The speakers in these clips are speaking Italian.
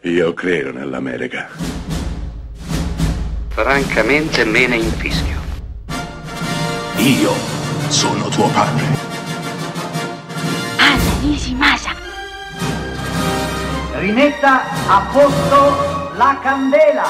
Io credo nell'America. Francamente me ne infischio. Io sono tuo padre. Anna Nishimasa. Rimetta a posto la candela.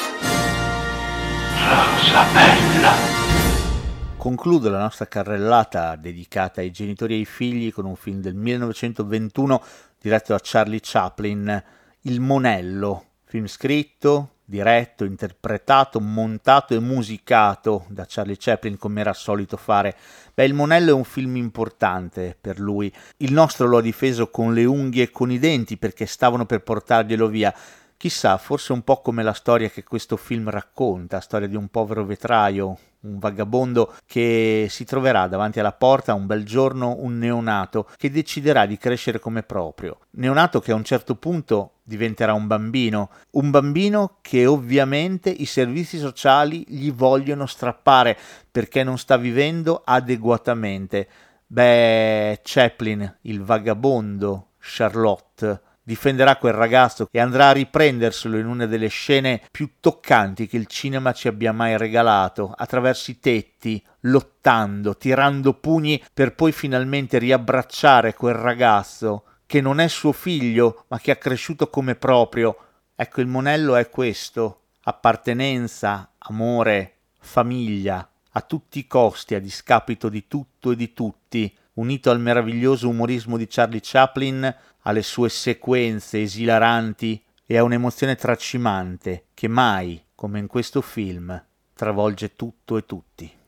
Rosa bella. Concludo la nostra carrellata dedicata ai genitori e ai figli con un film del 1921 diretto da Charlie Chaplin, Il Monello, film scritto, diretto, interpretato, montato e musicato da Charlie Chaplin come era solito fare. Il Monello è un film importante per lui. Il nostro lo ha difeso con le unghie e con i denti perché stavano per portarglielo via. Chissà, forse un po' come la storia che questo film racconta, storia di un povero vetraio, un vagabondo che si troverà davanti alla porta un bel giorno un neonato che deciderà di crescere come proprio. Neonato che a un certo punto diventerà un bambino che ovviamente i servizi sociali gli vogliono strappare perché non sta vivendo adeguatamente. Chaplin, il vagabondo, Charlotte, difenderà quel ragazzo e andrà a riprenderselo in una delle scene più toccanti che il cinema ci abbia mai regalato, attraverso i tetti, lottando, tirando pugni per poi finalmente riabbracciare quel ragazzo che non è suo figlio ma che ha cresciuto come proprio. Ecco, il Monello è questo: appartenenza, amore, famiglia, a tutti i costi, a discapito di tutto e di tutti, unito al meraviglioso umorismo di Charlie Chaplin, alle sue sequenze esilaranti e a un'emozione tracimante che mai, come in questo film, travolge tutto e tutti.